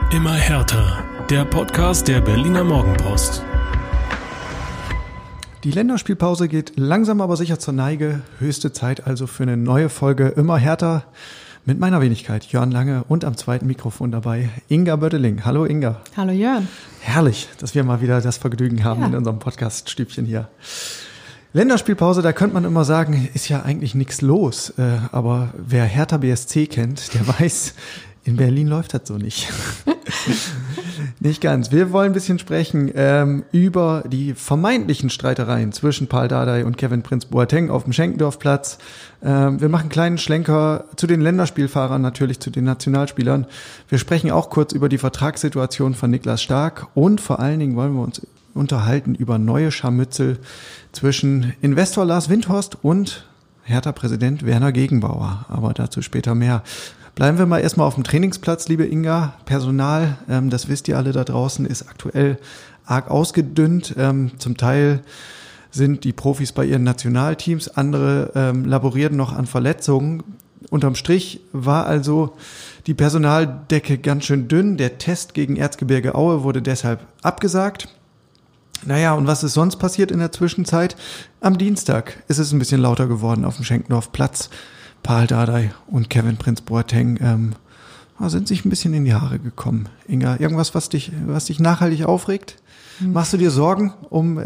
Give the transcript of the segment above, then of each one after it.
Immer härter. Der Podcast der Berliner Morgenpost. Die Länderspielpause geht langsam aber sicher zur Neige. Höchste Zeit also für eine neue Folge Immer härter. Mit meiner Wenigkeit Jörn Lange und am zweiten Mikrofon dabei Inga Bödeling. Hallo Inga. Hallo Jörn. Herrlich, dass wir mal wieder das Vergnügen haben in unserem Podcast-Stübchen hier. Länderspielpause, da könnte man immer sagen, ist ja eigentlich nichts los. Aber wer Hertha BSC kennt, der weiß, in Berlin läuft das so nicht. Nicht ganz. Wir wollen ein bisschen sprechen über die vermeintlichen Streitereien zwischen Paul Dardai und Kevin Prince Boateng auf dem Schenkendorfplatz. Wir machen einen kleinen Schlenker zu den Länderspielfahrern, natürlich zu den Nationalspielern. Wir sprechen auch kurz über die Vertragssituation von Niklas Stark und vor allen Dingen wollen wir uns unterhalten über neue Scharmützel zwischen Investor Lars Windhorst und Hertha-Präsident Werner Gegenbauer. Aber dazu später mehr. Bleiben wir mal erstmal auf dem Trainingsplatz, liebe Inga. Personal, das wisst ihr alle da draußen, ist aktuell arg ausgedünnt. Zum Teil sind die Profis bei ihren Nationalteams, andere laborieren noch an Verletzungen. Unterm Strich war also die Personaldecke ganz schön dünn. Der Test gegen Erzgebirge Aue wurde deshalb abgesagt. Naja, und was ist sonst passiert in der Zwischenzeit? Am Dienstag ist es ein bisschen lauter geworden auf dem Schenkendorfplatz. Paul Dardai und Kevin Prince Boateng sind sich ein bisschen in die Haare gekommen. Inga, irgendwas, was dich nachhaltig aufregt? Machst du dir Sorgen um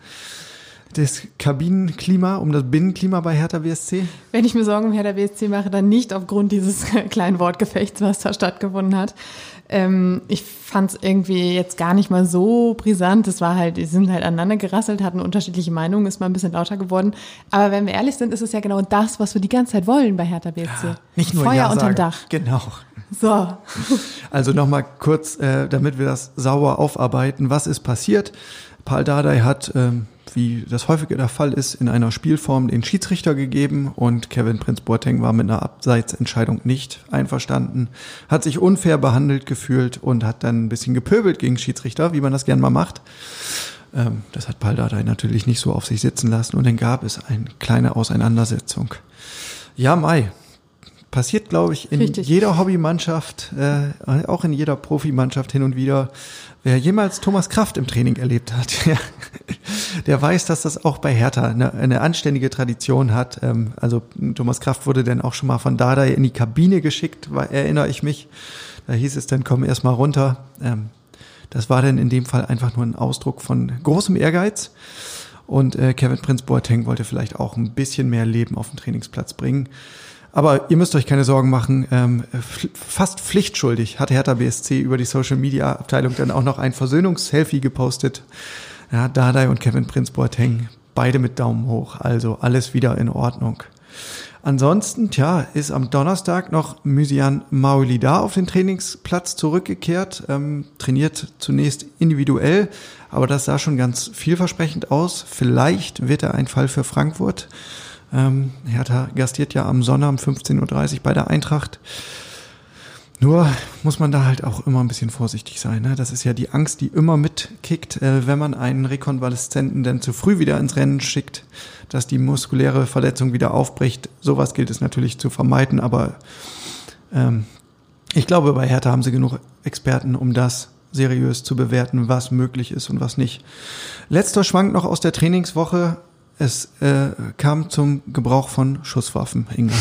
das Kabinenklima, um das Binnenklima bei Hertha BSC? Wenn ich mir Sorgen um Hertha BSC mache, dann nicht aufgrund dieses kleinen Wortgefechts, was da stattgefunden hat. Ich fand es irgendwie jetzt gar nicht mal so brisant. Es war halt, die sind halt aneinander gerasselt, hatten unterschiedliche Meinungen, ist mal ein bisschen lauter geworden. Aber wenn wir ehrlich sind, ist es ja genau das, was wir die ganze Zeit wollen bei Hertha BSC. Ja, nicht nur Feuer unterm Dach. Genau. So. Also nochmal kurz, damit wir das sauber aufarbeiten. Was ist passiert? Paul Dardai hat, wie das häufiger der Fall ist, in einer Spielform den Schiedsrichter gegeben und Kevin Prince Boateng war mit einer Abseitsentscheidung nicht einverstanden, hat sich unfair behandelt gefühlt und hat dann ein bisschen gepöbelt gegen Schiedsrichter, wie man das gern mal macht. Das hat Paul Dardai natürlich nicht so auf sich sitzen lassen und dann gab es eine kleine Auseinandersetzung. Ja, Mai. Passiert, glaube ich, in jeder Hobbymannschaft, auch in jeder Profimannschaft hin und wieder. Wer jemals Thomas Kraft im Training erlebt hat, der weiß, dass das auch bei Hertha eine anständige Tradition hat. Also Thomas Kraft wurde dann auch schon mal von Dardai in die Kabine geschickt, erinnere ich mich. Da hieß es dann, komm erst mal runter. Das war dann in dem Fall einfach nur ein Ausdruck von großem Ehrgeiz. Und Kevin Prince Boateng wollte vielleicht auch ein bisschen mehr Leben auf den Trainingsplatz bringen. Aber ihr müsst euch keine Sorgen machen, fast pflichtschuldig hat Hertha BSC über die Social-Media-Abteilung dann auch noch ein Versöhnungsselfie gepostet. Ja, Dardai und Kevin Prince Boateng, beide mit Daumen hoch, also alles wieder in Ordnung. Ansonsten, ist am Donnerstag noch Mysian Maolida auf den Trainingsplatz zurückgekehrt, trainiert zunächst individuell, aber das sah schon ganz vielversprechend aus. Vielleicht wird er ein Fall für Frankfurt. Hertha gastiert ja am Sonntag um 15.30 Uhr bei der Eintracht. Nur muss man da halt auch immer ein bisschen vorsichtig sein. Ne? Das ist ja die Angst, die immer mitkickt, wenn man einen Rekonvaleszenten dann zu früh wieder ins Rennen schickt, dass die muskuläre Verletzung wieder aufbricht. Sowas gilt es natürlich zu vermeiden, aber ich glaube, bei Hertha haben sie genug Experten, um das seriös zu bewerten, was möglich ist und was nicht. Letzter Schwank noch aus der Trainingswoche. Es kam zum Gebrauch von Schusswaffen, Inga.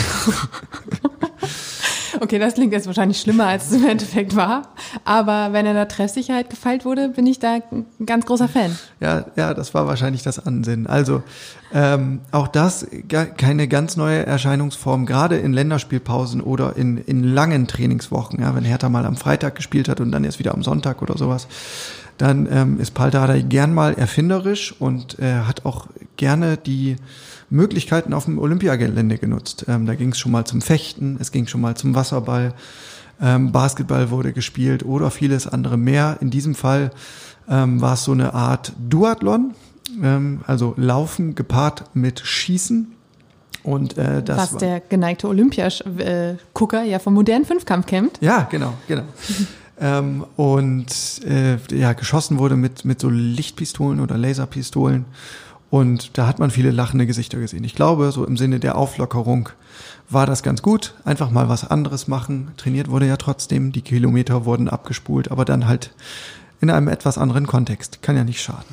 Okay, das klingt jetzt wahrscheinlich schlimmer, als es im Endeffekt war. Aber wenn in der Treffsicherheit gefeilt wurde, bin ich da ein ganz großer Fan. Ja, das war wahrscheinlich das Ansinnen. Also auch das keine ganz neue Erscheinungsform, gerade in Länderspielpausen oder in langen Trainingswochen. Ja, wenn Hertha mal am Freitag gespielt hat und dann erst wieder am Sonntag oder sowas. Dann ist Paul Dardai gern mal erfinderisch und hat auch gerne die Möglichkeiten auf dem Olympiagelände genutzt. Da ging es schon mal zum Fechten, es ging schon mal zum Wasserball, Basketball wurde gespielt oder vieles andere mehr. In diesem Fall war es so eine Art Duathlon, also Laufen gepaart mit Schießen. Und das was der geneigte Olympiagucker ja vom modernen Fünfkampf kennt. Ja, genau. Geschossen wurde mit so Lichtpistolen oder Laserpistolen und da hat man viele lachende Gesichter gesehen. Ich glaube, so im Sinne der Auflockerung war das ganz gut. Einfach mal was anderes machen. Trainiert wurde ja trotzdem, die Kilometer wurden abgespult, aber dann halt in einem etwas anderen Kontext. Kann ja nicht schaden.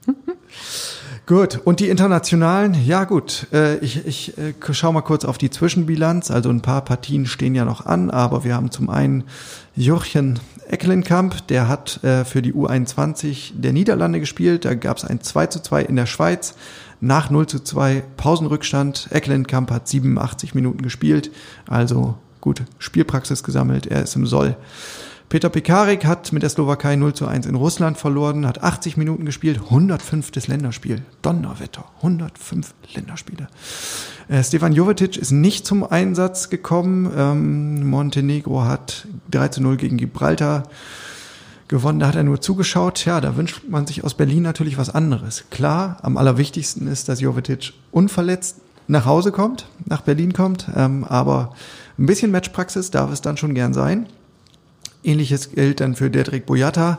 Gut, und die Internationalen, ja gut, ich schaue mal kurz auf die Zwischenbilanz, also ein paar Partien stehen ja noch an, aber wir haben zum einen Jurgen Ekkelenkamp, der hat für die U21 der Niederlande gespielt, da gab es ein 2:2 in der Schweiz, nach 0:2 Pausenrückstand, Ekkelenkamp hat 87 Minuten gespielt, also gut Spielpraxis gesammelt, er ist im Soll. Peter Pekarik hat mit der Slowakei 0:1 in Russland verloren, hat 80 Minuten gespielt, 105. Länderspiel. Donnerwetter, 105 Länderspiele. Stefan Jovetic ist nicht zum Einsatz gekommen. Montenegro hat 3:0 gegen Gibraltar gewonnen, da hat er nur zugeschaut. Ja, da wünscht man sich aus Berlin natürlich was anderes. Klar, am allerwichtigsten ist, dass Jovetic unverletzt nach Hause kommt, nach Berlin kommt, aber ein bisschen Matchpraxis darf es dann schon gern sein. Ähnliches gilt dann für Dedryck Boyata.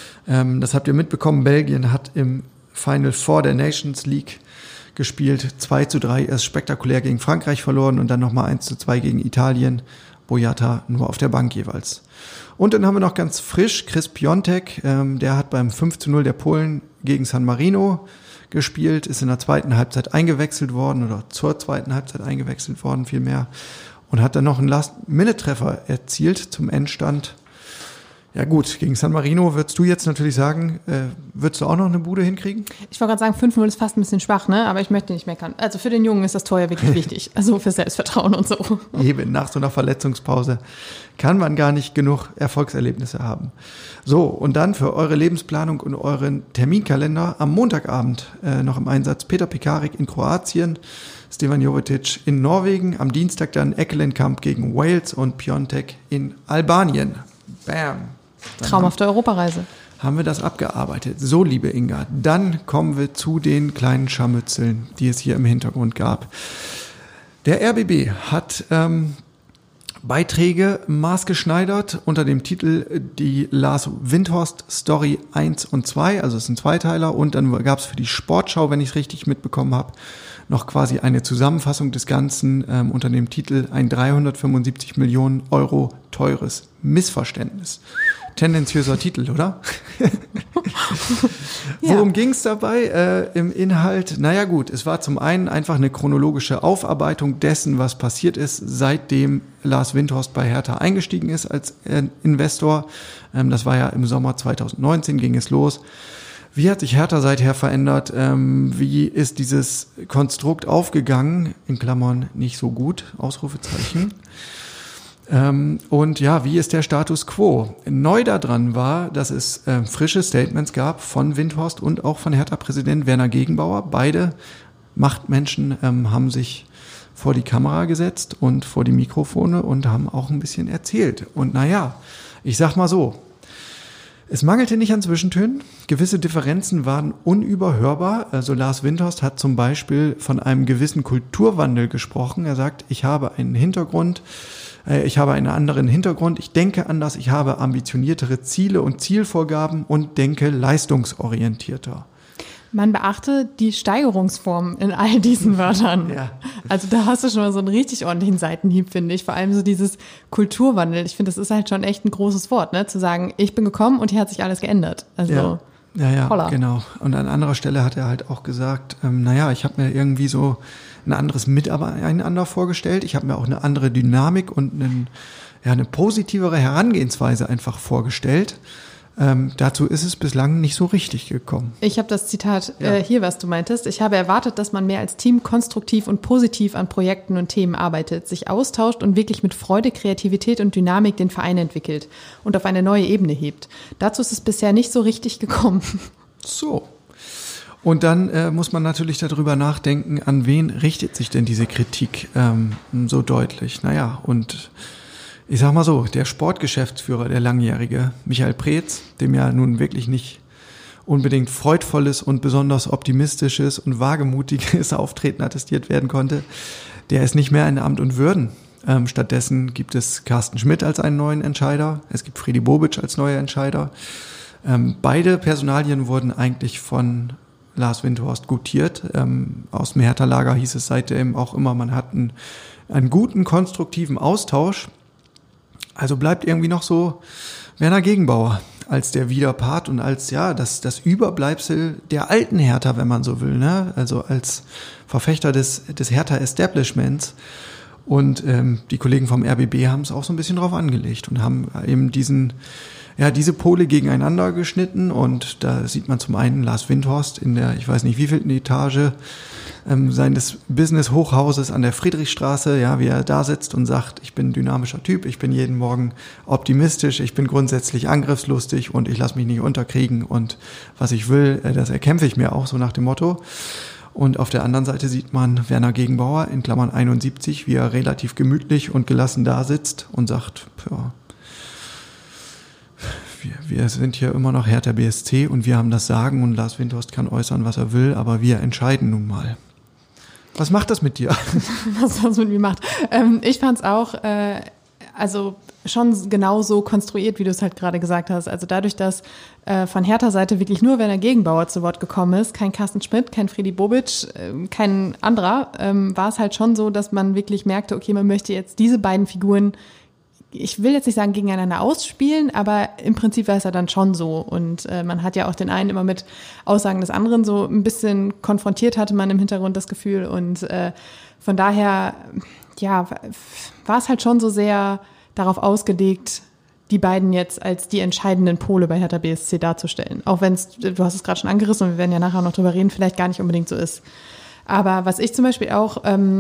Das habt ihr mitbekommen. Belgien hat im Final Four der Nations League gespielt. 2:3 erst spektakulär gegen Frankreich verloren und dann nochmal 1:2 gegen Italien. Boyata nur auf der Bank jeweils. Und dann haben wir noch ganz frisch Chris Piontek. Der hat beim 5:0 der Polen gegen San Marino gespielt, ist in der zweiten Halbzeit eingewechselt worden oder zur zweiten Halbzeit eingewechselt worden vielmehr und hat dann noch einen Last-Minute-Treffer erzielt zum Endstand. Ja gut, gegen San Marino würdest du jetzt natürlich sagen, würdest du auch noch eine Bude hinkriegen? Ich wollte gerade sagen, 5:0 ist fast ein bisschen schwach, ne? Aber ich möchte nicht meckern. Also für den Jungen ist das Tor ja wirklich wichtig. Also für Selbstvertrauen und so. Eben, nach so einer Verletzungspause kann man gar nicht genug Erfolgserlebnisse haben. So, und dann für eure Lebensplanung und euren Terminkalender am Montagabend noch im Einsatz Peter Pekarik in Kroatien, Stefan Jovetic in Norwegen, am Dienstag dann Ekkelenkamp gegen Wales und Piontek in Albanien. Bam. Traumhafte Europareise. Haben wir das abgearbeitet. So, liebe Inga, dann kommen wir zu den kleinen Scharmützeln, die es hier im Hintergrund gab. Der RBB hat Beiträge maßgeschneidert unter dem Titel die Lars Windhorst Story 1 und 2, also es sind Zweiteiler, und dann gab es für die Sportschau, wenn ich es richtig mitbekommen habe, noch quasi eine Zusammenfassung des Ganzen unter dem Titel ein 375 Millionen Euro teures Missverständnis. Tendenziöser Titel, oder? Worum ging es dabei im Inhalt? Naja gut, es war zum einen einfach eine chronologische Aufarbeitung dessen, was passiert ist, seitdem Lars Windhorst bei Hertha eingestiegen ist als Investor. Das war ja im Sommer 2019, ging es los. Wie hat sich Hertha seither verändert? Wie ist dieses Konstrukt aufgegangen? In Klammern nicht so gut, Ausrufezeichen. Und ja, wie ist der Status quo? Neu daran war, dass es frische Statements gab von Windhorst und auch von Hertha-Präsident Werner Gegenbauer. Beide Machtmenschen haben sich vor die Kamera gesetzt und vor die Mikrofone und haben auch ein bisschen erzählt. Und naja, ich sag mal so, es mangelte nicht an Zwischentönen. Gewisse Differenzen waren unüberhörbar. Also Lars Windhorst hat zum Beispiel von einem gewissen Kulturwandel gesprochen. Er sagt, ich habe einen anderen Hintergrund, ich denke anders, ich habe ambitioniertere Ziele und Zielvorgaben und denke leistungsorientierter. Man beachte die Steigerungsform in all diesen Wörtern. Ja. Also da hast du schon mal so einen richtig ordentlichen Seitenhieb, finde ich. Vor allem so dieses Kulturwandel. Ich finde, das ist halt schon echt ein großes Wort, ne? Zu sagen, ich bin gekommen und hier hat sich alles geändert. Also ja, genau. Und an anderer Stelle hat er halt auch gesagt, ich habe mir irgendwie so ein anderes Miteinander vorgestellt. Ich habe mir auch eine andere Dynamik und eine positivere Herangehensweise einfach vorgestellt. Dazu ist es bislang nicht so richtig gekommen. Ich habe das Zitat hier, was du meintest. Ich habe erwartet, dass man mehr als Team konstruktiv und positiv an Projekten und Themen arbeitet, sich austauscht und wirklich mit Freude, Kreativität und Dynamik den Verein entwickelt und auf eine neue Ebene hebt. Dazu ist es bisher nicht so richtig gekommen. So. Und dann muss man natürlich darüber nachdenken, an wen richtet sich denn diese Kritik so deutlich. Naja, und ich sag mal so, der Sportgeschäftsführer, der langjährige Michael Preetz, dem ja nun wirklich nicht unbedingt freudvolles und besonders optimistisches und wagemutiges Auftreten attestiert werden konnte, der ist nicht mehr in Amt und Würden. Stattdessen gibt es Carsten Schmidt als einen neuen Entscheider, es gibt Fredi Bobic als neuer Entscheider. Beide Personalien wurden eigentlich von Lars Windhorst gutiert. Aus dem Hertha-Lager hieß es seitdem auch immer, man hat einen einen guten, konstruktiven Austausch. Also bleibt irgendwie noch so Werner Gegenbauer als der Widerpart und als das Überbleibsel der alten Hertha, wenn man so will, ne? Also als Verfechter des Hertha-Establishments. Und die Kollegen vom RBB haben es auch so ein bisschen drauf angelegt und haben eben diese Pole gegeneinander geschnitten. Und da sieht man zum einen Lars Windhorst in der, ich weiß nicht wievielten Etage seines Business-Hochhauses an der Friedrichstraße, ja, wie er da sitzt und sagt, ich bin ein dynamischer Typ, ich bin jeden Morgen optimistisch, ich bin grundsätzlich angriffslustig und ich lasse mich nicht unterkriegen und was ich will, das erkämpfe ich mir auch, so nach dem Motto. Und auf der anderen Seite sieht man Werner Gegenbauer in Klammern 71, wie er relativ gemütlich und gelassen da sitzt und sagt, ja, wir sind hier immer noch Hertha BSC und wir haben das Sagen und Lars Windhorst kann äußern, was er will, aber wir entscheiden nun mal. Was macht das mit dir? Was das mit mir macht? Ich fand es auch, also schon genau so konstruiert, wie du es halt gerade gesagt hast. Also dadurch, dass von Hertha-Seite wirklich nur Werner Gegenbauer zu Wort gekommen ist, kein Carsten Schmidt, kein Fredi Bobic, kein anderer, war es halt schon so, dass man wirklich merkte, okay, man möchte jetzt diese beiden Figuren, ich will jetzt nicht sagen gegeneinander ausspielen, aber im Prinzip war es ja dann schon so. Und man hat ja auch den einen immer mit Aussagen des anderen so ein bisschen konfrontiert, hatte man im Hintergrund das Gefühl. Und von daher, ja, war es halt schon so sehr darauf ausgelegt, die beiden jetzt als die entscheidenden Pole bei Hertha BSC darzustellen. Auch wenn es, du hast es gerade schon angerissen und wir werden ja nachher noch drüber reden, vielleicht gar nicht unbedingt so ist. Aber was ich zum Beispiel auch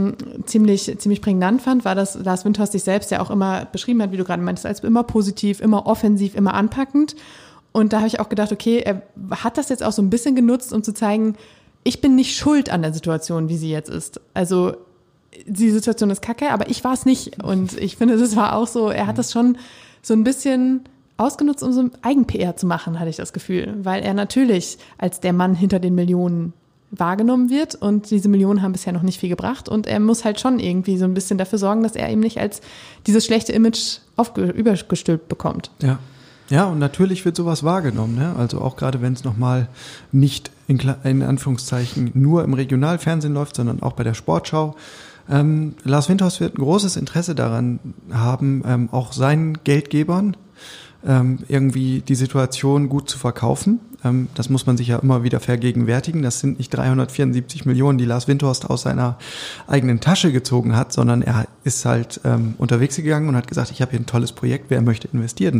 ziemlich prägnant fand, war, dass Lars Windhorst sich selbst ja auch immer beschrieben hat, wie du gerade meintest, als immer positiv, immer offensiv, immer anpackend. Und da habe ich auch gedacht, okay, er hat das jetzt auch so ein bisschen genutzt, um zu zeigen, ich bin nicht schuld an der Situation, wie sie jetzt ist. Also die Situation ist kacke, aber ich war es nicht. Und ich finde, das war auch so, er hat das schon so ein bisschen ausgenutzt, um so Eigen-PR zu machen, hatte ich das Gefühl. Weil er natürlich als der Mann hinter den Millionen wahrgenommen wird und diese Millionen haben bisher noch nicht viel gebracht und er muss halt schon irgendwie so ein bisschen dafür sorgen, dass er eben nicht als dieses schlechte Image übergestülpt bekommt. Ja, und natürlich wird sowas wahrgenommen, ne? Also auch gerade wenn es nochmal nicht in Anführungszeichen nur im Regionalfernsehen läuft, sondern auch bei der Sportschau. Lars Windhorst wird ein großes Interesse daran haben, auch seinen Geldgebern irgendwie die Situation gut zu verkaufen. Das muss man sich ja immer wieder vergegenwärtigen. Das sind nicht 374 Millionen, die Lars Windhorst aus seiner eigenen Tasche gezogen hat, sondern er ist halt unterwegs gegangen und hat gesagt, ich habe hier ein tolles Projekt, wer möchte investieren?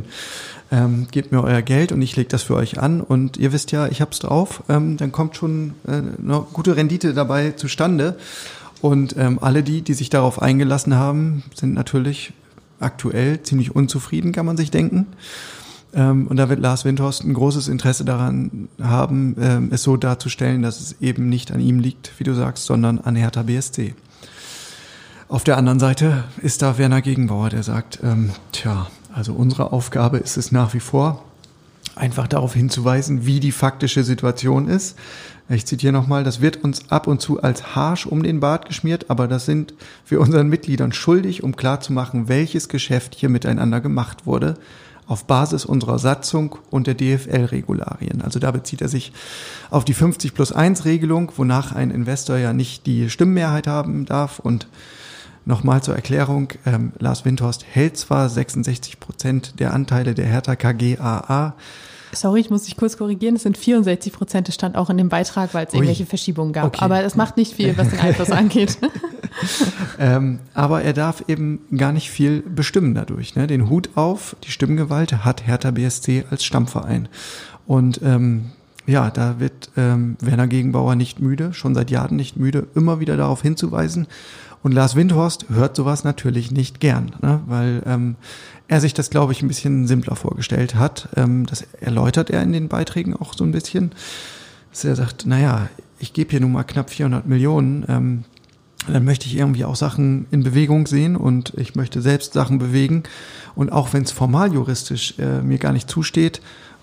Gebt mir euer Geld und ich lege das für euch an und ihr wisst ja, ich hab's drauf, dann kommt schon eine gute Rendite dabei zustande. Und alle die sich darauf eingelassen haben, sind natürlich aktuell ziemlich unzufrieden, kann man sich denken. Und da wird Lars Windhorst ein großes Interesse daran haben, es so darzustellen, dass es eben nicht an ihm liegt, wie du sagst, sondern an Hertha BSC. Auf der anderen Seite ist da Werner Gegenbauer, der sagt, also unsere Aufgabe ist es nach wie vor, einfach darauf hinzuweisen, wie die faktische Situation ist. Ich zitiere nochmal, das wird uns ab und zu als harsch um den Bart geschmiert, aber das sind wir unseren Mitgliedern schuldig, um klarzumachen, welches Geschäft hier miteinander gemacht wurde, auf Basis unserer Satzung und der DFL-Regularien. Also da bezieht er sich auf die 50+1-Regelung, wonach ein Investor ja nicht die Stimmenmehrheit haben darf. Und nochmal zur Erklärung, Lars Windhorst hält zwar 66% der Anteile der Hertha KGaA. Sorry, ich muss dich kurz korrigieren, es sind 64%, das stand auch in dem Beitrag, weil es irgendwelche Verschiebungen gab. Okay. Aber es macht nicht viel, was den Einfluss angeht. Aber er darf eben gar nicht viel bestimmen dadurch. Ne? Den Hut auf, die Stimmgewalt hat Hertha BSC als Stammverein. Und da wird Werner Gegenbauer nicht müde, schon seit Jahren nicht müde, immer wieder darauf hinzuweisen. Und Lars Windhorst hört sowas natürlich nicht gern, ne? Weil er sich das, glaube ich, ein bisschen simpler vorgestellt hat. Das erläutert er in den Beiträgen auch so ein bisschen. Dass er sagt, ich gebe hier nun mal knapp 400 Millionen, dann möchte ich irgendwie auch Sachen in Bewegung sehen und ich möchte selbst Sachen bewegen. Und auch wenn es formal juristisch mir gar nicht zusteht,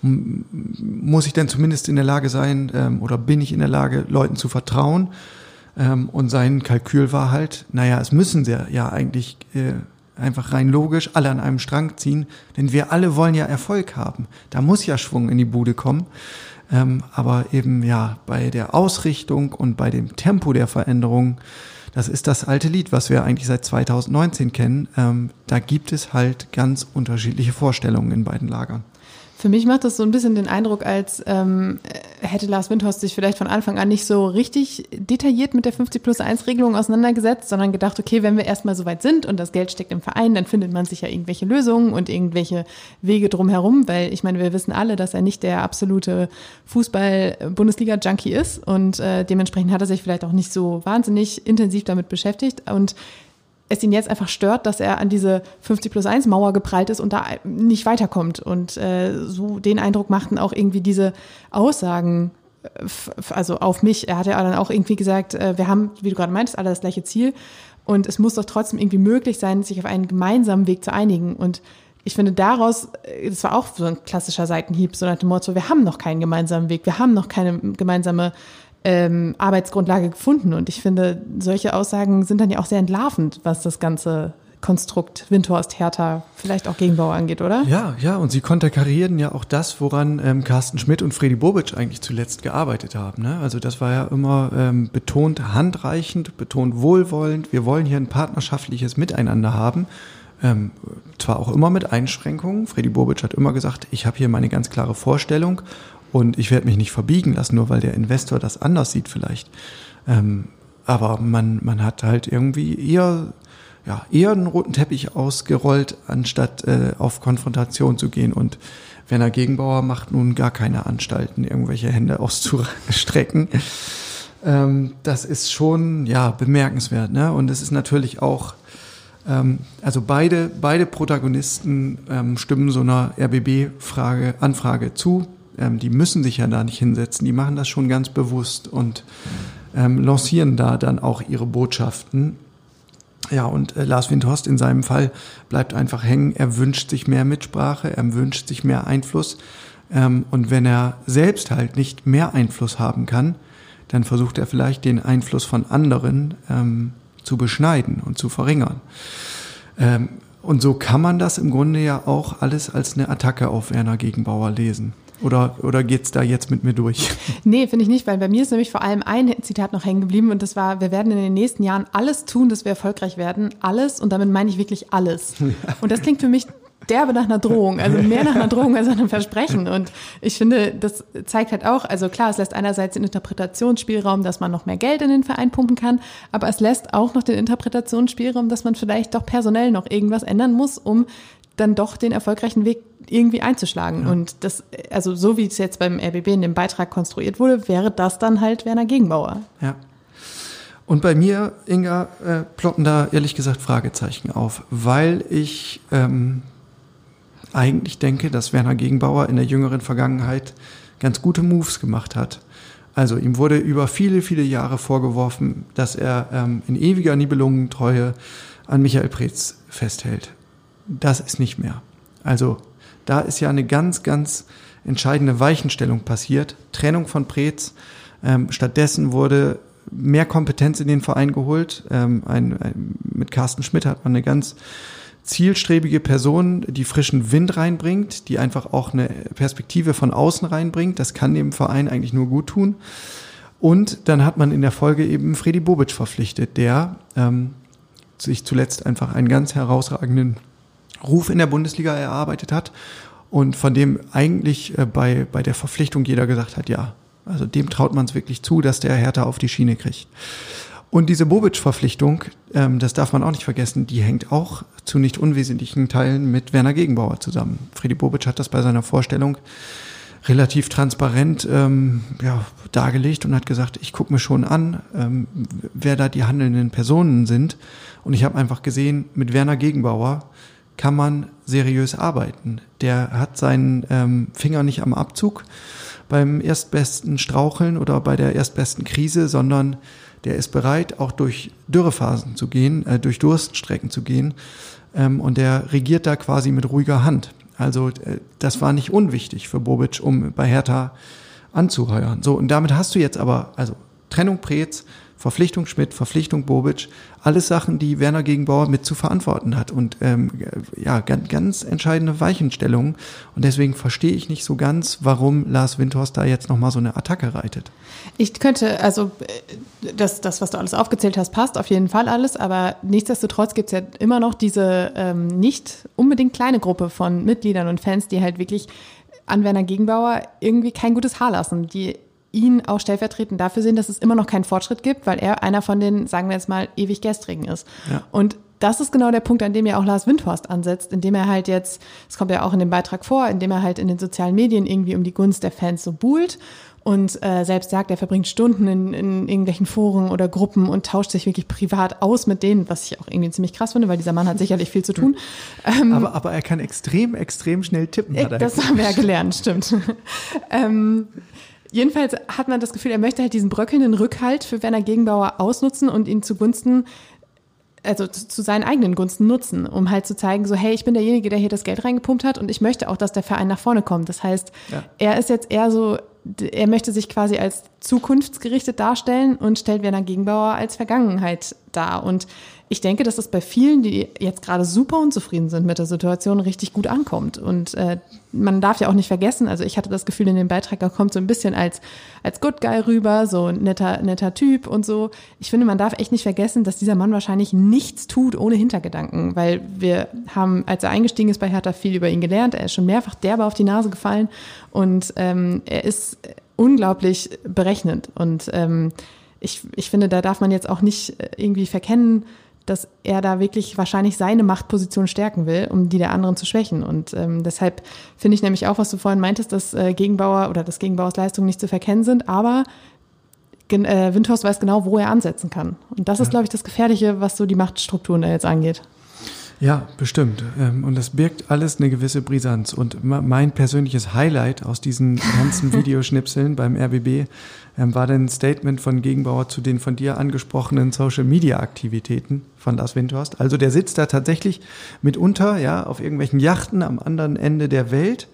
muss ich dann zumindest in der Lage sein oder bin ich in der Lage, Leuten zu vertrauen. Und sein Kalkül war halt, es müssen sie ja eigentlich einfach rein logisch alle an einem Strang ziehen, denn wir alle wollen ja Erfolg haben. Da muss ja Schwung in die Bude kommen. Aber eben bei der Ausrichtung und bei dem Tempo der Veränderung, das ist das alte Lied, was wir eigentlich seit 2019 kennen. Da gibt es halt ganz unterschiedliche Vorstellungen in beiden Lagern. Für mich macht das so ein bisschen den Eindruck, als hätte Lars Windhorst sich vielleicht von Anfang an nicht so richtig detailliert mit der 50+1-Regelung auseinandergesetzt, sondern gedacht, okay, wenn wir erstmal so weit sind und das Geld steckt im Verein, dann findet man sicher irgendwelche Lösungen und irgendwelche Wege drumherum, weil ich meine, wir wissen alle, dass er nicht der absolute Fußball-Bundesliga-Junkie ist und dementsprechend hat er sich vielleicht auch nicht so wahnsinnig intensiv damit beschäftigt und es ihn jetzt einfach stört, dass er an diese 50+1-Mauer geprallt ist und da nicht weiterkommt. Und so den Eindruck machten auch irgendwie diese Aussagen, also auf mich. Er hat ja dann auch irgendwie gesagt, wir haben, wie du gerade meintest, alle das gleiche Ziel. Und es muss doch trotzdem irgendwie möglich sein, sich auf einen gemeinsamen Weg zu einigen. Und ich finde daraus, das war auch so ein klassischer Seitenhieb, so nach dem Motto, wir haben noch keinen gemeinsamen Weg, wir haben noch keine gemeinsame Arbeitsgrundlage gefunden. Und ich finde, solche Aussagen sind dann ja auch sehr entlarvend, was das ganze Konstrukt Windhorst, Hertha, vielleicht auch Gegenbauer angeht, oder? Ja, und sie konterkarieren ja auch das, woran Carsten Schmidt und Fredi Bobic eigentlich zuletzt gearbeitet haben. Ne? Also das war ja immer betont handreichend, betont wohlwollend. Wir wollen hier ein partnerschaftliches Miteinander haben. Zwar auch immer mit Einschränkungen. Fredi Bobic hat immer gesagt, ich habe hier meine ganz klare Vorstellung und ich werde mich nicht verbiegen lassen, nur weil der Investor das anders sieht vielleicht. Aber man hat halt irgendwie eher einen roten Teppich ausgerollt, anstatt auf Konfrontation zu gehen. Und Werner Gegenbauer macht nun gar keine Anstalten, irgendwelche Hände auszustrecken. Das ist schon bemerkenswert, ne? Und es ist natürlich auch also beide Protagonisten stimmen so einer RBB-Anfrage zu. Die müssen sich ja da nicht hinsetzen. Die machen das schon ganz bewusst und lancieren da dann auch ihre Botschaften. Ja, und Lars Windhorst in seinem Fall bleibt einfach hängen. Er wünscht sich mehr Mitsprache, er wünscht sich mehr Einfluss. Und wenn er selbst halt nicht mehr Einfluss haben kann, dann versucht er vielleicht den Einfluss von anderen zu beschneiden und zu verringern. Und so kann man das im Grunde ja auch alles als eine Attacke auf Werner Gegenbauer lesen. Oder geht's da jetzt mit mir durch? Nee, finde ich nicht, weil bei mir ist nämlich vor allem ein Zitat noch hängen geblieben und das war, wir werden in den nächsten Jahren alles tun, dass wir erfolgreich werden. Alles, und damit meine ich wirklich alles. Und das klingt für mich derbe nach einer Drohung, also mehr nach einer Drohung als nach einem Versprechen. Und ich finde, das zeigt halt auch, also klar, es lässt einerseits den Interpretationsspielraum, dass man noch mehr Geld in den Verein pumpen kann, aber es lässt auch noch den Interpretationsspielraum, dass man vielleicht doch personell noch irgendwas ändern muss, um dann doch den erfolgreichen Weg irgendwie einzuschlagen. Ja. Und das, also so wie es jetzt beim RBB in dem Beitrag konstruiert wurde, wäre das dann halt Werner Gegenbauer. Ja. Und bei mir, Inga, ploppen da ehrlich gesagt Fragezeichen auf, weil ich eigentlich denke, dass Werner Gegenbauer in der jüngeren Vergangenheit ganz gute Moves gemacht hat. Also ihm wurde über viele, viele Jahre vorgeworfen, dass er in ewiger Nibelungentreue an Michael Preetz festhält. Das ist nicht mehr. Also da ist ja eine ganz, ganz entscheidende Weichenstellung passiert. Trennung von Preetz. Stattdessen wurde mehr Kompetenz in den Verein geholt. Mit Carsten Schmidt hat man eine ganz zielstrebige Person, die frischen Wind reinbringt, die einfach auch eine Perspektive von außen reinbringt. Das kann dem Verein eigentlich nur gut tun. Und dann hat man in der Folge eben Fredi Bobic verpflichtet, der sich zuletzt einfach einen ganz herausragenden Ruf in der Bundesliga erarbeitet hat und von dem eigentlich bei der Verpflichtung jeder gesagt hat, ja, also dem traut man es wirklich zu, dass der Hertha auf die Schiene kriegt. Und diese Bobic-Verpflichtung, das darf man auch nicht vergessen, die hängt auch zu nicht unwesentlichen Teilen mit Werner Gegenbauer zusammen. Fredi Bobic hat das bei seiner Vorstellung relativ transparent dargelegt und hat gesagt, ich gucke mir schon an, wer da die handelnden Personen sind. Und ich habe einfach gesehen, mit Werner Gegenbauer kann man seriös arbeiten. Der hat seinen Finger nicht am Abzug beim erstbesten Straucheln oder bei der erstbesten Krise, sondern der ist bereit, auch durch Dürrephasen zu gehen, durch Durststrecken zu gehen. Und der regiert da quasi mit ruhiger Hand. Also das war nicht unwichtig für Bobic, um bei Hertha anzuheuern. So, und damit hast du jetzt aber, also Trennung Preetz, Verpflichtung Schmidt, Verpflichtung Bobic, alles Sachen, die Werner Gegenbauer mit zu verantworten hat und ganz entscheidende Weichenstellungen und deswegen verstehe ich nicht so ganz, warum Lars Windhorst da jetzt nochmal so eine Attacke reitet. Ich könnte, also das, was du alles aufgezählt hast, passt auf jeden Fall alles, aber nichtsdestotrotz gibt es ja immer noch diese nicht unbedingt kleine Gruppe von Mitgliedern und Fans, die halt wirklich an Werner Gegenbauer irgendwie kein gutes Haar lassen, die ihn auch stellvertretend dafür sehen, dass es immer noch keinen Fortschritt gibt, weil er einer von den, sagen wir jetzt mal, ewig Gestrigen ist. Ja. Und das ist genau der Punkt, an dem ja auch Lars Windhorst ansetzt, indem er halt jetzt, das kommt ja auch in dem Beitrag vor, indem er halt in den sozialen Medien irgendwie um die Gunst der Fans so buhlt und selbst sagt, er verbringt Stunden in irgendwelchen Foren oder Gruppen und tauscht sich wirklich privat aus mit denen, was ich auch irgendwie ziemlich krass finde, weil dieser Mann hat sicherlich viel zu tun. Aber er kann extrem schnell tippen. Das haben wir ja gelernt, stimmt. Jedenfalls hat man das Gefühl, er möchte halt diesen bröckelnden Rückhalt für Werner Gegenbauer ausnutzen und ihn zugunsten, also zu seinen eigenen Gunsten nutzen, um halt zu zeigen, so hey, ich bin derjenige, der hier das Geld reingepumpt hat und ich möchte auch, dass der Verein nach vorne kommt. Das heißt, Er ist jetzt eher so, er möchte sich quasi als zukunftsgerichtet darstellen und stellt Werner Gegenbauer als Vergangenheit dar. Und ich denke, dass das bei vielen, die jetzt gerade super unzufrieden sind mit der Situation, richtig gut ankommt. Und man darf ja auch nicht vergessen, also ich hatte das Gefühl, in dem Beitrag, er kommt so ein bisschen als Good Guy rüber, so ein netter Typ und so. Ich finde, man darf echt nicht vergessen, dass dieser Mann wahrscheinlich nichts tut ohne Hintergedanken, weil wir haben, als er eingestiegen ist bei Hertha, viel über ihn gelernt. Er ist schon mehrfach derbe auf die Nase gefallen und er ist unglaublich berechnend. Und ich finde, da darf man jetzt auch nicht irgendwie verkennen, dass er da wirklich wahrscheinlich seine Machtposition stärken will, um die der anderen zu schwächen. Und deshalb finde ich nämlich auch, was du vorhin meintest, dass Gegenbauer oder dass Gegenbauers Leistungen nicht zu verkennen sind, aber Windhorst weiß genau, wo er ansetzen kann. Und das ist, glaube ich, das Gefährliche, was so die Machtstrukturen da jetzt angeht. Ja, bestimmt. Und das birgt alles eine gewisse Brisanz. Und mein persönliches Highlight aus diesen ganzen Videoschnipseln beim RBB war dann ein Statement von Gegenbauer zu den von dir angesprochenen Social-Media-Aktivitäten von Lars Windhorst. Also der sitzt da tatsächlich mitunter auf irgendwelchen Yachten am anderen Ende der Welt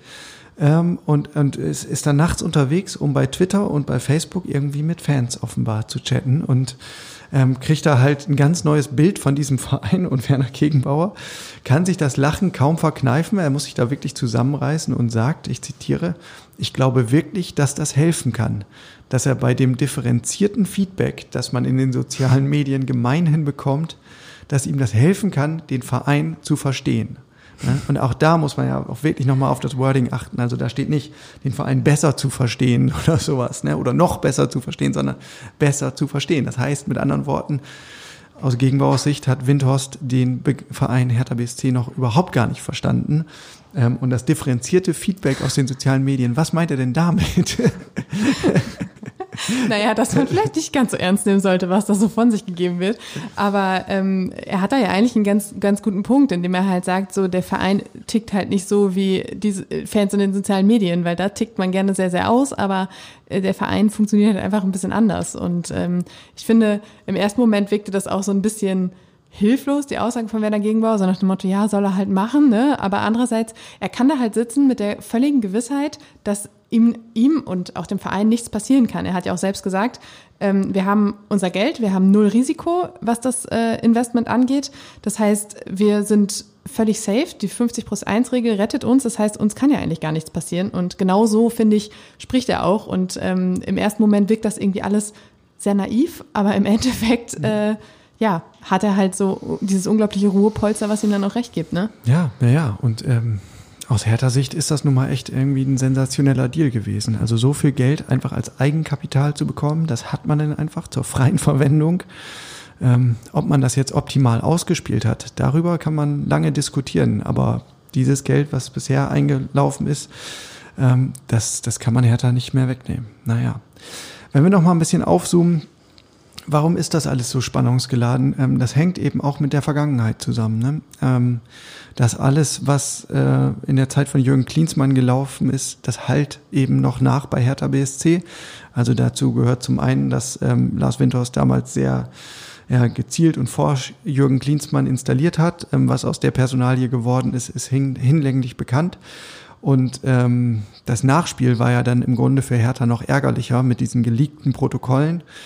und ist dann nachts unterwegs, um bei Twitter und bei Facebook irgendwie mit Fans offenbar zu chatten und kriegt da halt ein ganz neues Bild von diesem Verein und Werner Gegenbauer kann sich das Lachen kaum verkneifen. Er muss sich da wirklich zusammenreißen und sagt, ich zitiere, ich glaube wirklich, dass das helfen kann, dass er bei dem differenzierten Feedback, das man in den sozialen Medien gemeinhin bekommt, dass ihm das helfen kann, den Verein zu verstehen. Und auch da muss man ja auch wirklich nochmal auf das Wording achten. Also da steht nicht, den Verein besser zu verstehen oder sowas, oder noch besser zu verstehen, sondern besser zu verstehen. Das heißt, mit anderen Worten, aus Gegenbauers Sicht hat Windhorst den Verein Hertha BSC noch überhaupt gar nicht verstanden. Und das differenzierte Feedback aus den sozialen Medien, was meint er denn damit? Naja, dass man vielleicht nicht ganz so ernst nehmen sollte, was da so von sich gegeben wird. Aber er hat da ja eigentlich einen ganz guten Punkt, indem er halt sagt, so der Verein tickt halt nicht so wie diese Fans in den sozialen Medien, weil da tickt man gerne sehr, sehr aus, aber der Verein funktioniert halt einfach ein bisschen anders. Und ich finde, im ersten Moment wirkte das auch so ein bisschen hilflos, die Aussage von Werner Gegenbauer, so nach dem Motto, ja, soll er halt machen, ne? Aber andererseits, er kann da halt sitzen mit der völligen Gewissheit, dass ihm und auch dem Verein nichts passieren kann. Er hat ja auch selbst gesagt, wir haben unser Geld, wir haben 0 Risiko, was das Investment angeht. Das heißt, wir sind völlig safe. Die 50+1-Regel rettet uns. Das heißt, uns kann ja eigentlich gar nichts passieren. Und genau so, finde ich, spricht er auch. Und im ersten Moment wirkt das irgendwie alles sehr naiv, aber im Endeffekt hat er halt so dieses unglaubliche Ruhepolster, was ihm dann auch recht gibt, ne? Ja. Und aus Hertha-Sicht ist das nun mal echt irgendwie ein sensationeller Deal gewesen. Also so viel Geld einfach als Eigenkapital zu bekommen, das hat man dann einfach zur freien Verwendung. Ob man das jetzt optimal ausgespielt hat, darüber kann man lange diskutieren. Aber dieses Geld, was bisher eingelaufen ist, das kann man Hertha nicht mehr wegnehmen. Naja, wenn wir noch mal ein bisschen aufzoomen, warum ist das alles so spannungsgeladen? Das hängt eben auch mit der Vergangenheit zusammen. Ne? Das alles, was in der Zeit von Jürgen Klinsmann gelaufen ist, das hallt eben noch nach bei Hertha BSC. Also dazu gehört zum einen, dass Lars Windhorst damals sehr gezielt und forsch Jürgen Klinsmann installiert hat. Was aus der Personalie geworden ist, ist hinlänglich bekannt. Und das Nachspiel war ja dann im Grunde für Hertha noch ärgerlicher mit diesen geleakten Protokollen,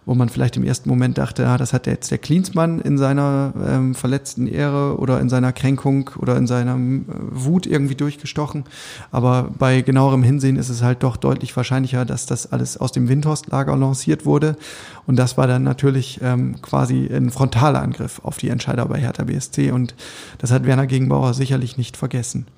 wo man vielleicht im ersten Moment dachte, ja, das hat jetzt der Klinsmann in seiner verletzten Ehre oder in seiner Kränkung oder in seiner Wut irgendwie durchgestochen. Aber bei genauerem Hinsehen ist es halt doch deutlich wahrscheinlicher, dass das alles aus dem Windhorst-Lager lanciert wurde. Und das war dann natürlich quasi ein frontaler Angriff auf die Entscheider bei Hertha BSC. Und das hat Werner Gegenbauer sicherlich nicht vergessen.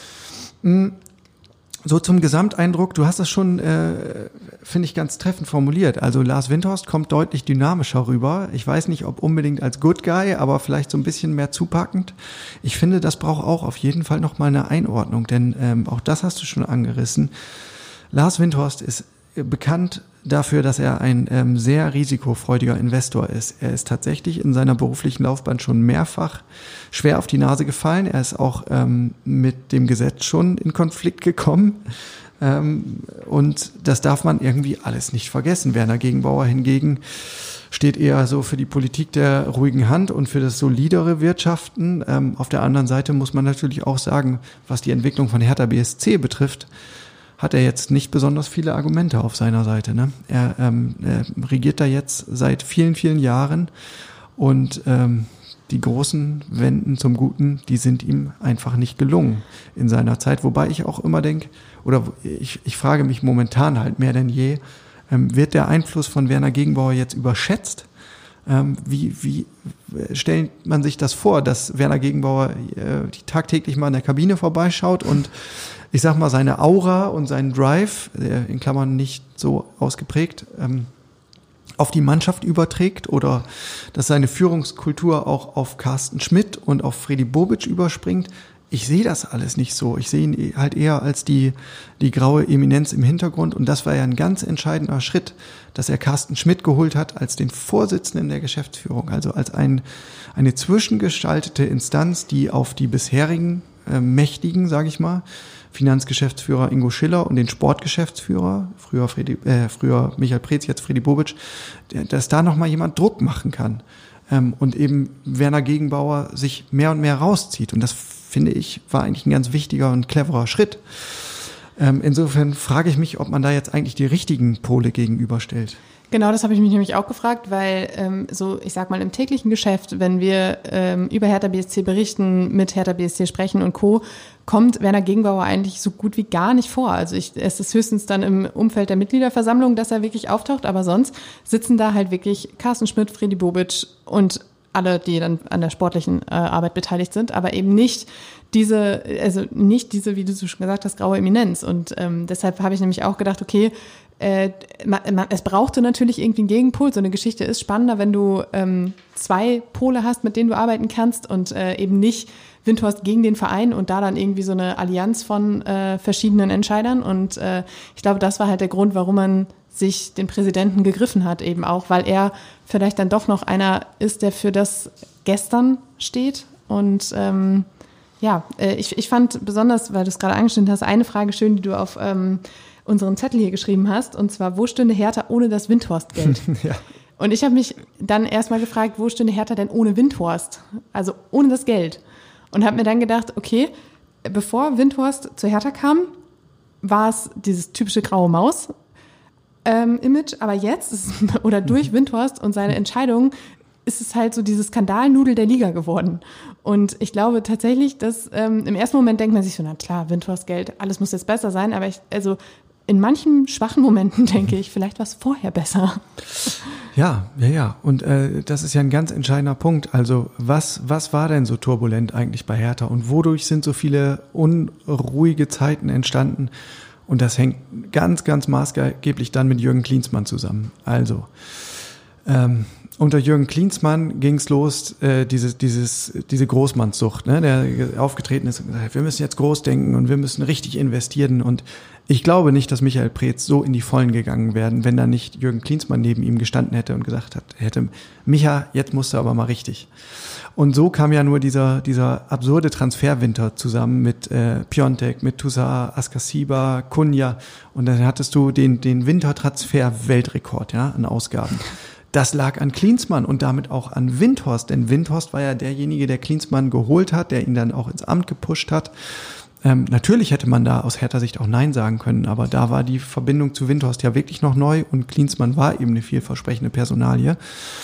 So zum Gesamteindruck, du hast das schon, finde ich, ganz treffend formuliert. Also Lars Windhorst kommt deutlich dynamischer rüber. Ich weiß nicht, ob unbedingt als Good Guy, aber vielleicht so ein bisschen mehr zupackend. Ich finde, das braucht auch auf jeden Fall nochmal eine Einordnung, denn auch das hast du schon angerissen. Lars Windhorst ist bekannt dafür, dass er ein sehr risikofreudiger Investor ist. Er ist tatsächlich in seiner beruflichen Laufbahn schon mehrfach schwer auf die Nase gefallen. Er ist auch mit dem Gesetz schon in Konflikt gekommen. Und das darf man irgendwie alles nicht vergessen. Werner Gegenbauer hingegen steht eher so für die Politik der ruhigen Hand und für das solidere Wirtschaften. Auf der anderen Seite muss man natürlich auch sagen, was die Entwicklung von Hertha BSC betrifft, hat er jetzt nicht besonders viele Argumente auf seiner Seite. Ne? Er regiert da jetzt seit vielen, vielen Jahren und die großen Wenden zum Guten, die sind ihm einfach nicht gelungen in seiner Zeit. Wobei ich auch immer denke, oder ich frage mich momentan halt mehr denn je, wird der Einfluss von Werner Gegenbauer jetzt überschätzt? Wie stellt man sich das vor, dass Werner Gegenbauer tagtäglich mal in der Kabine vorbeischaut und ich sag mal, seine Aura und seinen Drive, in Klammern nicht so ausgeprägt, auf die Mannschaft überträgt oder dass seine Führungskultur auch auf Carsten Schmidt und auf Fredi Bobic überspringt? Ich sehe das alles nicht so. Ich sehe ihn halt eher als die graue Eminenz im Hintergrund. Und das war ja ein ganz entscheidender Schritt, dass er Carsten Schmidt geholt hat als den Vorsitzenden der Geschäftsführung. Also als eine zwischengestaltete Instanz, die auf die bisherigen Mächtigen, sage ich mal, Finanzgeschäftsführer Ingo Schiller und den Sportgeschäftsführer, früher Michael Preetz, jetzt Fredi Bobic, dass da nochmal jemand Druck machen kann. Und eben Werner Gegenbauer sich mehr und mehr rauszieht. Und das, finde ich, war eigentlich ein ganz wichtiger und cleverer Schritt. Insofern frage ich mich, ob man da jetzt eigentlich die richtigen Pole gegenüberstellt. Genau, das habe ich mich nämlich auch gefragt, weil ich sag mal, im täglichen Geschäft, wenn wir über Hertha BSC berichten, mit Hertha BSC sprechen und Co., kommt Werner Gegenbauer eigentlich so gut wie gar nicht vor. Also es ist höchstens dann im Umfeld der Mitgliederversammlung, dass er wirklich auftaucht, aber sonst sitzen da halt wirklich Carsten Schmidt, Fredi Bobic und alle, die dann an der sportlichen Arbeit beteiligt sind, aber eben nicht diese, wie du schon gesagt hast, graue Eminenz. Und deshalb habe ich nämlich auch gedacht, okay, es brauchte natürlich irgendwie einen Gegenpol. So eine Geschichte ist spannender, wenn du zwei Pole hast, mit denen du arbeiten kannst und eben nicht Windhorst gegen den Verein und da dann irgendwie so eine Allianz von verschiedenen Entscheidern. Und ich glaube, das war halt der Grund, warum man sich den Präsidenten gegriffen hat, eben auch, weil er vielleicht dann doch noch einer ist, der für das Gestern steht. Und ich fand besonders, weil du es gerade angeschnitten hast, eine Frage schön, die du auf unseren Zettel hier geschrieben hast, und zwar, wo stünde Hertha ohne das Windhorst-Geld? Ja. Und ich habe mich dann erstmal gefragt, wo stünde Hertha denn ohne Windhorst? Also ohne das Geld. Und habe mir dann gedacht, okay, bevor Windhorst zu Hertha kam, war es dieses typische graue Maus Image, aber jetzt oder durch Windhorst und seine Entscheidung ist es halt so diese Skandalnudel der Liga geworden. Und ich glaube tatsächlich, dass im ersten Moment denkt man sich so, na klar, Windhorst Geld, alles muss jetzt besser sein, aber in manchen schwachen Momenten denke ich, vielleicht war es vorher besser. Ja. Und das ist ja ein ganz entscheidender Punkt. Also was war denn so turbulent eigentlich bei Hertha und wodurch sind so viele unruhige Zeiten entstanden? Und das hängt ganz, ganz maßgeblich dann mit Jürgen Klinsmann zusammen. Also unter Jürgen Klinsmann ging es los, diese Großmannssucht, ne, der aufgetreten ist und gesagt hat, wir müssen jetzt groß denken und wir müssen richtig investieren. Und ich glaube nicht, dass Michael Preetz so in die Vollen gegangen wären, wenn da nicht Jürgen Klinsmann neben ihm gestanden hätte und gesagt hätte, Micha, jetzt musst du aber mal richtig. Und so kam ja nur dieser absurde Transferwinter zusammen mit Piontek, mit Toussaint, Askasiba, Cunha. Und dann hattest du den Wintertransfer-Weltrekord, ja, an Ausgaben. Das lag an Klinsmann und damit auch an Windhorst, denn Windhorst war ja derjenige, der Klinsmann geholt hat, der ihn dann auch ins Amt gepusht hat. Natürlich hätte man da aus Hertha-Sicht auch Nein sagen können, aber da war die Verbindung zu Windhorst ja wirklich noch neu und Klinsmann war eben eine vielversprechende Personalie.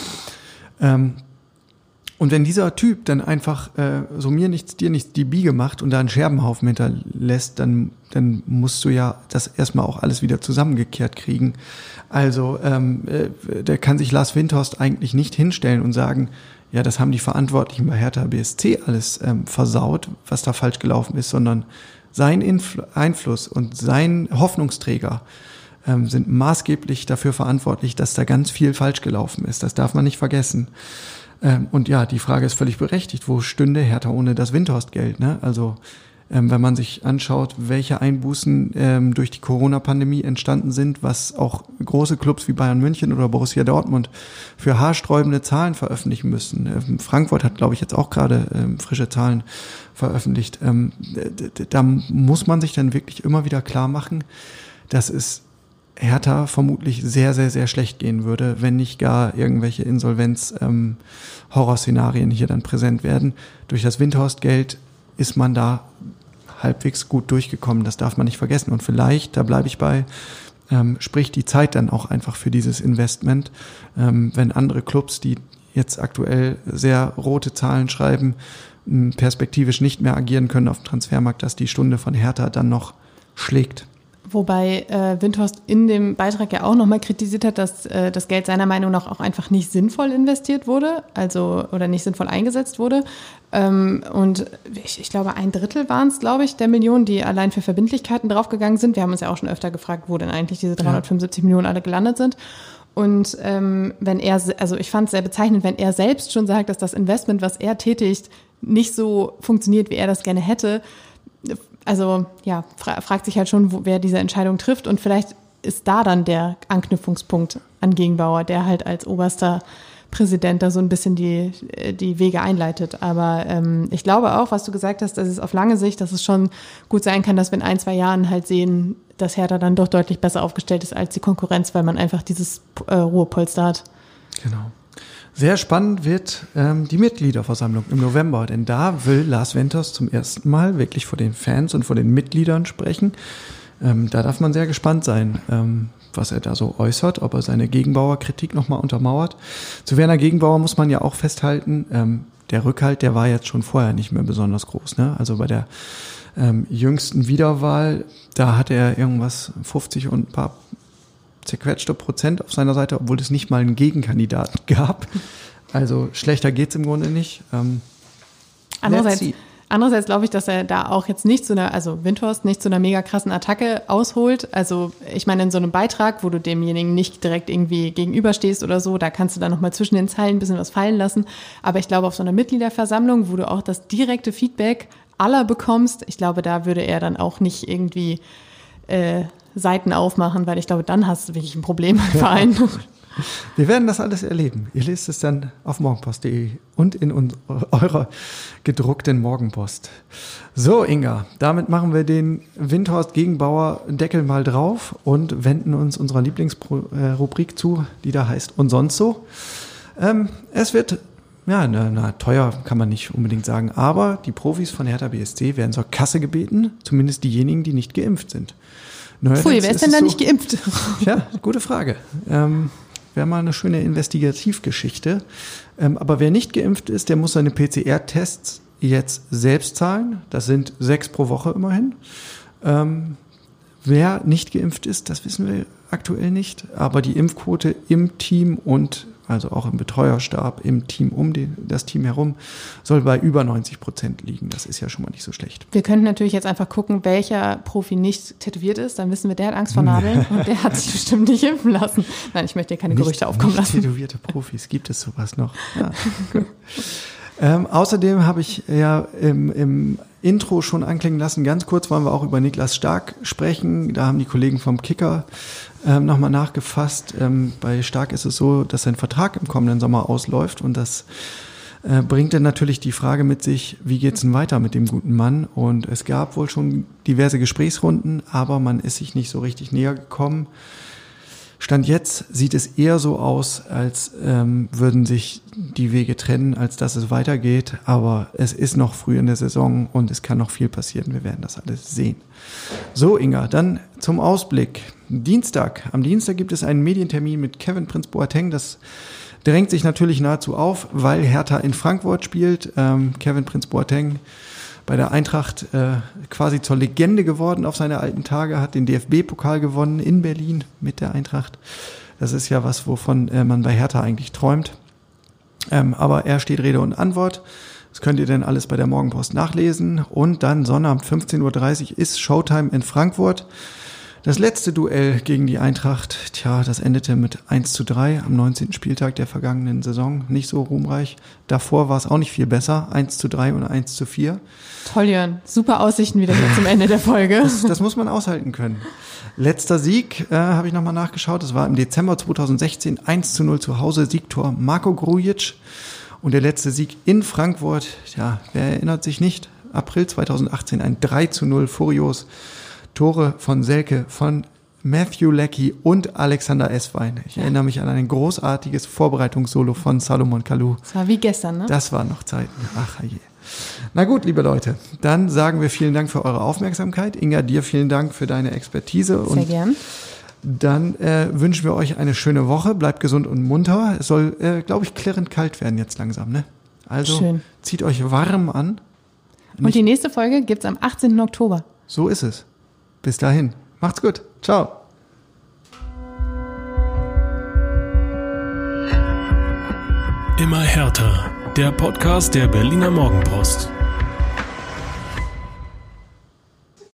Und wenn dieser Typ dann einfach so mir nichts, dir nichts die Biege macht und da einen Scherbenhaufen hinterlässt, dann musst du ja das erstmal auch alles wieder zusammengekehrt kriegen. Also da kann sich Lars Windhorst eigentlich nicht hinstellen und sagen, ja, das haben die Verantwortlichen bei Hertha BSC alles versaut, was da falsch gelaufen ist, sondern sein Einfluss und sein Hoffnungsträger sind maßgeblich dafür verantwortlich, dass da ganz viel falsch gelaufen ist. Das darf man nicht vergessen. Und ja, die Frage ist völlig berechtigt. Wo stünde Hertha ohne das Windhorst-Geld? Ne? Also wenn man sich anschaut, welche Einbußen durch die Corona-Pandemie entstanden sind, was auch große Clubs wie Bayern München oder Borussia Dortmund für haarsträubende Zahlen veröffentlichen müssen. Frankfurt hat, glaube ich, jetzt auch gerade frische Zahlen veröffentlicht. Da muss man sich dann wirklich immer wieder klar machen, dass es Hertha vermutlich sehr, sehr, sehr schlecht gehen würde, wenn nicht gar irgendwelche Insolvenz-Horrorszenarien hier dann präsent werden. Durch das Windhorst-Geld ist man da halbwegs gut durchgekommen, das darf man nicht vergessen. Und vielleicht, da bleibe ich bei, spricht die Zeit dann auch einfach für dieses Investment, wenn andere Clubs, die jetzt aktuell sehr rote Zahlen schreiben, perspektivisch nicht mehr agieren können auf dem Transfermarkt, dass die Stunde von Hertha dann noch schlägt. Wobei Windhorst in dem Beitrag ja auch nochmal kritisiert hat, dass das Geld seiner Meinung nach auch einfach nicht sinnvoll investiert wurde, also oder nicht sinnvoll eingesetzt wurde. Und ich glaube, 1/3 waren es, glaube ich, der Millionen, die allein für Verbindlichkeiten draufgegangen sind. Wir haben uns ja auch schon öfter gefragt, wo denn eigentlich diese 375 Millionen alle gelandet sind. Und wenn er, also ich fand es sehr bezeichnend, wenn er selbst schon sagt, dass das Investment, was er tätigt, nicht so funktioniert, wie er das gerne hätte. Also ja, fragt sich halt schon, wer diese Entscheidung trifft und vielleicht ist da dann der Anknüpfungspunkt an Gegenbauer, der halt als oberster Präsident da so ein bisschen die Wege einleitet. Aber ich glaube auch, was du gesagt hast, dass es auf lange Sicht, dass es schon gut sein kann, dass wir in 1-2 Jahren halt sehen, dass Hertha dann doch deutlich besser aufgestellt ist als die Konkurrenz, weil man einfach dieses Ruhepolster hat. Genau. Sehr spannend wird die Mitgliederversammlung im November, denn da will Lars Windhorst zum ersten Mal wirklich vor den Fans und vor den Mitgliedern sprechen. Da darf man sehr gespannt sein, was er da so äußert, ob er seine Gegenbauer-Kritik nochmal untermauert. Zu Werner Gegenbauer muss man ja auch festhalten, der Rückhalt, der war jetzt schon vorher nicht mehr besonders groß. Ne? Also bei der jüngsten Wiederwahl, da hatte er irgendwas 50 und ein paar zerquetschte Prozent auf seiner Seite, obwohl es nicht mal einen Gegenkandidaten gab. Also schlechter geht's im Grunde nicht. Andererseits glaube ich, dass er da auch jetzt nicht Windhorst nicht zu einer mega krassen Attacke ausholt. Also ich meine, in so einem Beitrag, wo du demjenigen nicht direkt irgendwie gegenüberstehst oder so, da kannst du dann nochmal zwischen den Zeilen ein bisschen was fallen lassen. Aber ich glaube, auf so einer Mitgliederversammlung, wo du auch das direkte Feedback aller bekommst, ich glaube, da würde er dann auch nicht irgendwie Seiten aufmachen, weil ich glaube, dann hast du wirklich ein Problem im Verein. Wir werden das alles erleben. Ihr lest es dann auf morgenpost.de und in eurer gedruckten Morgenpost. So, Inga, damit machen wir den Windhorst-Gegenbauer-Deckel mal drauf und wenden uns unserer Lieblingsrubrik zu, die da heißt Und sonst so. Es wird, teuer kann man nicht unbedingt sagen, aber die Profis von Hertha BSC werden zur Kasse gebeten, zumindest diejenigen, die nicht geimpft sind. Pfui, wer ist denn da nicht geimpft? Ja, gute Frage. Wäre mal eine schöne Investigativgeschichte. Aber wer nicht geimpft ist, der muss seine PCR-Tests jetzt selbst zahlen. Das sind 6 pro Woche immerhin. Wer nicht geimpft ist, das wissen wir aktuell nicht. Aber die Impfquote im Team und also auch im Betreuerstab, im Team das Team herum, soll bei über 90% liegen. Das ist ja schon mal nicht so schlecht. Wir könnten natürlich jetzt einfach gucken, welcher Profi nicht tätowiert ist. Dann wissen wir, der hat Angst vor Nadeln und der hat sich bestimmt nicht impfen lassen. Nein, ich möchte hier keine Gerüchte aufkommen lassen. Nicht tätowierte Profis, gibt es sowas noch? Ja, gut. Außerdem habe ich ja im Intro schon anklingen lassen, ganz kurz wollen wir auch über Niklas Stark sprechen. Da haben die Kollegen vom Kicker nochmal nachgefasst. Bei Stark ist es so, dass sein Vertrag im kommenden Sommer ausläuft und das bringt dann natürlich die Frage mit sich, wie geht's denn weiter mit dem guten Mann? Und es gab wohl schon diverse Gesprächsrunden, aber man ist sich nicht so richtig näher gekommen. Stand jetzt sieht es eher so aus, als würden sich die Wege trennen, als dass es weitergeht. Aber es ist noch früh in der Saison und es kann noch viel passieren. Wir werden das alles sehen. So, Inga, dann zum Ausblick. Am Dienstag gibt es einen Medientermin mit Kevin Prince Boateng. Das drängt sich natürlich nahezu auf, weil Hertha in Frankfurt spielt. Kevin Prince Boateng bei der Eintracht quasi zur Legende geworden auf seine alten Tage, hat den DFB-Pokal gewonnen in Berlin mit der Eintracht. Das ist ja was, wovon man bei Hertha eigentlich träumt. Aber er steht Rede und Antwort. Das könnt ihr denn alles bei der Morgenpost nachlesen. Und dann Sonnabend 15.30 Uhr ist Showtime in Frankfurt. Das letzte Duell gegen die Eintracht, das endete mit 1:3 am 19. Spieltag der vergangenen Saison. Nicht so ruhmreich. Davor war es auch nicht viel besser. 1:3 und 1:4. Toll, Jörn. Super Aussichten wieder hier zum Ende der Folge. Das muss man aushalten können. Letzter Sieg, habe ich nochmal nachgeschaut. Das war im Dezember 2016, 1:0 zu Hause. Siegtor Marko Grujic. Und der letzte Sieg in Frankfurt, wer erinnert sich nicht? April 2018, ein 3:0 furios. Tore von Selke, von Matthew Leckie und Alexander Esswein. Ich erinnere mich an ein großartiges Vorbereitungssolo von Salomon Kalou. Das war wie gestern, ne? Das waren noch Zeiten. Ach je. Na gut, liebe Leute, dann sagen wir vielen Dank für eure Aufmerksamkeit. Inga, dir vielen Dank für deine Expertise. Sehr gern. Dann wünschen wir euch eine schöne Woche. Bleibt gesund und munter. Es soll, glaube ich, klirrend kalt werden jetzt langsam, ne? Also schön. Zieht euch warm an. Und die nächste Folge gibt's am 18. Oktober. So ist es. Bis dahin. Macht's gut. Ciao. Immer härter. Der Podcast der Berliner Morgenpost.